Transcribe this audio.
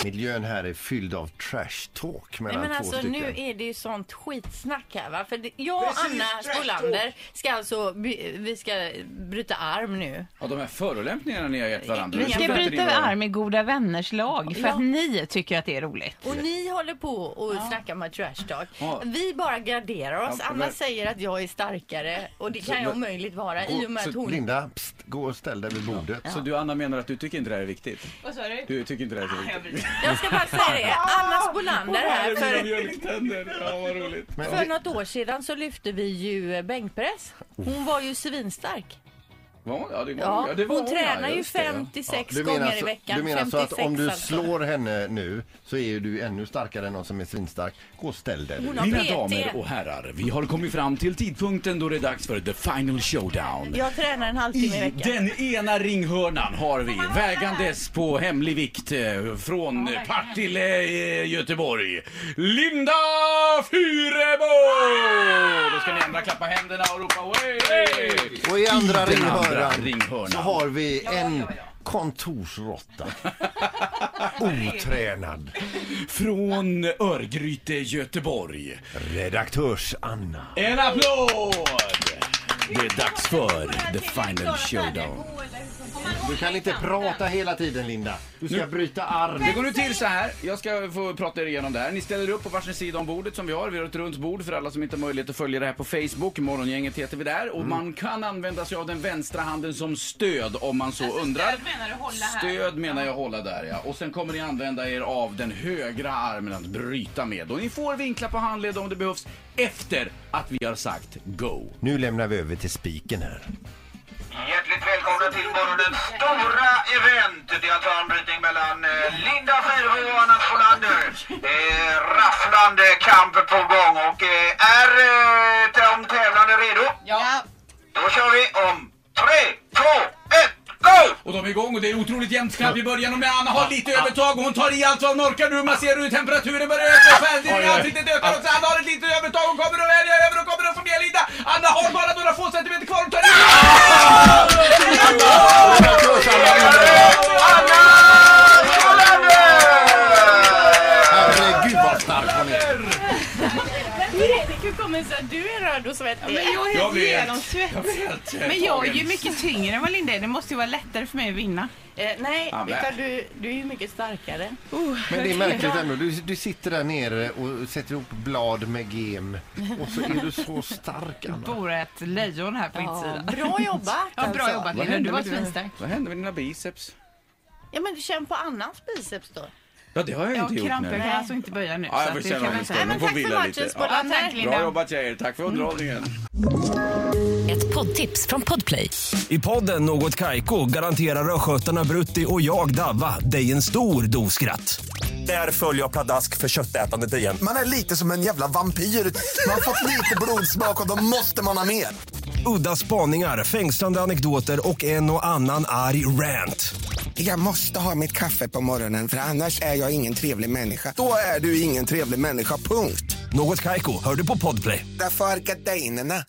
Miljön här är fylld av trash talk mellan Nej, men två alltså, stycken. nu är det ju sånt skitsnack här, va? För jag och Anna Spolander ska alltså vi ska bryta arm nu. Ja, de här förolämpningarna ni har gett varandra. Vi ska bryta arm med goda vänners lag för att ni tycker att det är roligt. Och ni håller på och snackar med trash talk. Ja. Vi bara graderar oss. Ja, Anna säger att jag är starkare och det kan ju omöjligt vara i och med att hon... Linda, gå och ställ dig vid bordet. Så du, Anna, menar att du tycker inte det här är viktigt? Vad sa du? Du tycker inte det här är viktigt? Jag ska bara säga det. Anna Spolander här. Ja, vad roligt. För något år sedan så lyfte vi ju bänkpress. Hon var ju svinstark. Ja, det var Hon tränar ju just det, ja. 56 Du menar gånger i veckan. Du menar så att 56 om du alltså. slår henne nu så är du ännu starkare än någon som är svinstark. Gå och ställ dig. Hon har Mina PT. damer och herrar, vi har kommit fram till tidpunkten då det är dags för The Final Showdown. Jag tränar en halvtimme i I veckan. den ena ringhörnan har vi vägandes på hemlig vikt från Partille, Göteborg, Linda Fyrebo! Då ska ni andra klappa händerna och ropa hey! Och i andra den andra ringhörnan ringhörnan så har vi en kontorsrotta. Otränad. Från Örgryte, Göteborg. Redaktörs-Anna. En applåd! Det är dags för The Final Showdown. Du kan inte prata hela tiden, Linda. Du ska bryta arm. Det går nu till så här. Jag ska få prata er igenom det här. Ni ställer upp på varsin sida om bordet som vi har. Vi har ett runt bord för alla som inte har möjlighet att följa det här på Facebook. Morgongänget heter vi där. Och man kan använda sig av den vänstra handen som stöd om man så undrar. Stöd menar du hålla här? Stöd menar jag hålla där, ja. Och sen kommer ni använda er av den högra armen att bryta med. Och ni får vinkla på handled om det behövs efter att vi har sagt go. Nu lämnar vi över till spiken här. Hjärtligt välkomna till morgonens stora event. Det är alltså armbrytning mellan Linda Fyrebo och Anna Spolander. Rafflande kamp på gång och är de tävlande redo? Ja. Då kör vi om 3, 2, 1, go! Och de är igång och det är otroligt jämnt kamp i början och med Anna har lite övertag och hon tar i allt vad hon orkar nu. Man ser hur temperaturen börjar öka och färgen i ansiktet ökar också. Anna har ett litet övertag och kommer att välja över och kommer att få ner Linda. Anna har bara några få centimeter kvar och tar i. Herregud vad stark hon är. Hur kommer det sig att du är röd och svettig? Men jag är Jag helt vet. genomsvettig. Men jag är ju mycket tyngre än vad Linda är. Det måste ju vara lättare för mig att vinna. Nej, Ja, men- Victor, du är ju mycket starkare. Men det är märkligt ändå. Du sitter där nere och sätter ihop blad med gem. Och så är du så stark, Anna. Bor ett lejon här på insidan. Bra jobbat. Ja, bra jobbat Linda. Du var svinstark. Vad hände med dina biceps? Ja, men du känner på Annas biceps då. Ja, det har jag Jag inte har gjort kramp, jag nu. kan alltså inte böja nu. Ja, jag så får att det känna kan av man en säga. stund. men De får tack för vila matchen, lite. Spolander. Ja, tack Linda. Bra jobbat tjejer, tack för underhållningen. Ett poddtips från Podplay. I podden Något Kaiko garanterar östgötarna Brutti och jag Davva dig en stor doskratt. Där följer jag pladask för köttätandet igen. Man är lite som en jävla vampyr. Man har fått lite blodsmak och då måste man ha mer. Udda spaningar, fängslande anekdoter och en och annan arg rant. Jag måste ha mitt kaffe på morgonen för annars är jag ingen trevlig människa. Då är du ingen trevlig människa, punkt. Något Kaiko, hör du på Podplay. Därför är gardinerna.